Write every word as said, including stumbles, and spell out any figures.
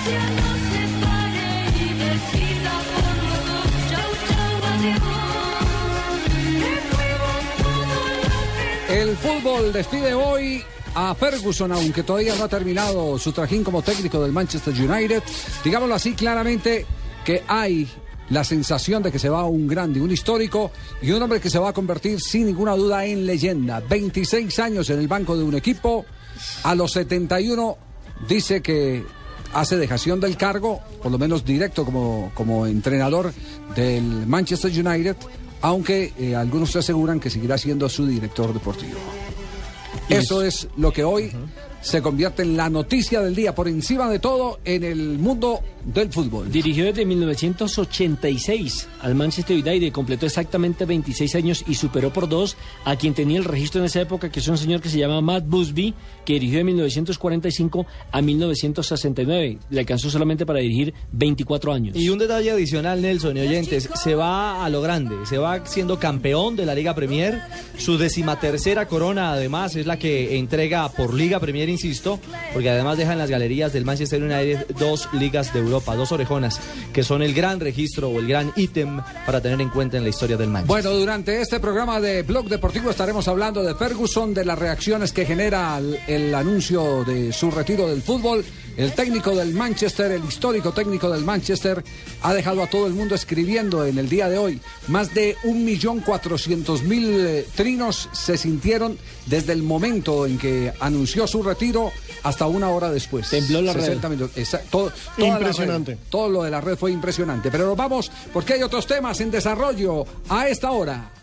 El fútbol despide hoy a Ferguson, aunque todavía no ha terminado su trajín como técnico del Manchester United. Digámoslo así claramente, que hay la sensación de que se va un grande, un histórico y un hombre que se va a convertir sin ninguna duda en leyenda. veintiséis años en el banco de un equipo, a los setenta y uno dice que hace dejación del cargo, por lo menos directo como, como entrenador del Manchester United, aunque eh, algunos se aseguran que seguirá siendo su director deportivo. Eso es lo que hoy uh-huh. se convierte en la noticia del día, por encima de todo, en el mundo del fútbol. Dirigió desde mil novecientos ochenta y seis al Manchester United, completó exactamente veintiséis años y superó por dos a quien tenía el registro en esa época, que es un señor que se llama Matt Busby, que dirigió de mil novecientos cuarenta y cinco a mil novecientos sesenta y nueve. Le alcanzó solamente para dirigir veinticuatro años. Y un detalle adicional, Nelson y oyentes, se va a lo grande, se va siendo campeón de la Liga Premier, su decimatercera corona además es la que entrega por Liga Premier, insisto, porque además deja en las galerías del Manchester United dos ligas de Europa, dos orejonas, que son el gran registro o el gran ítem para tener en cuenta en la historia del Manchester. Bueno, durante este programa de Blog Deportivo estaremos hablando de Ferguson, de las reacciones que genera el, el anuncio de su retiro del fútbol. El técnico del Manchester, el histórico técnico del Manchester, ha dejado a todo el mundo escribiendo en el día de hoy. Más de un millón cuatrocientos mil trinos se sintieron desde el momento en que anunció su retiro hasta una hora después. Tembló la red. Minutos. Esa, todo, impresionante. Red, todo lo de la red fue impresionante. Pero nos vamos porque hay otros temas en desarrollo a esta hora.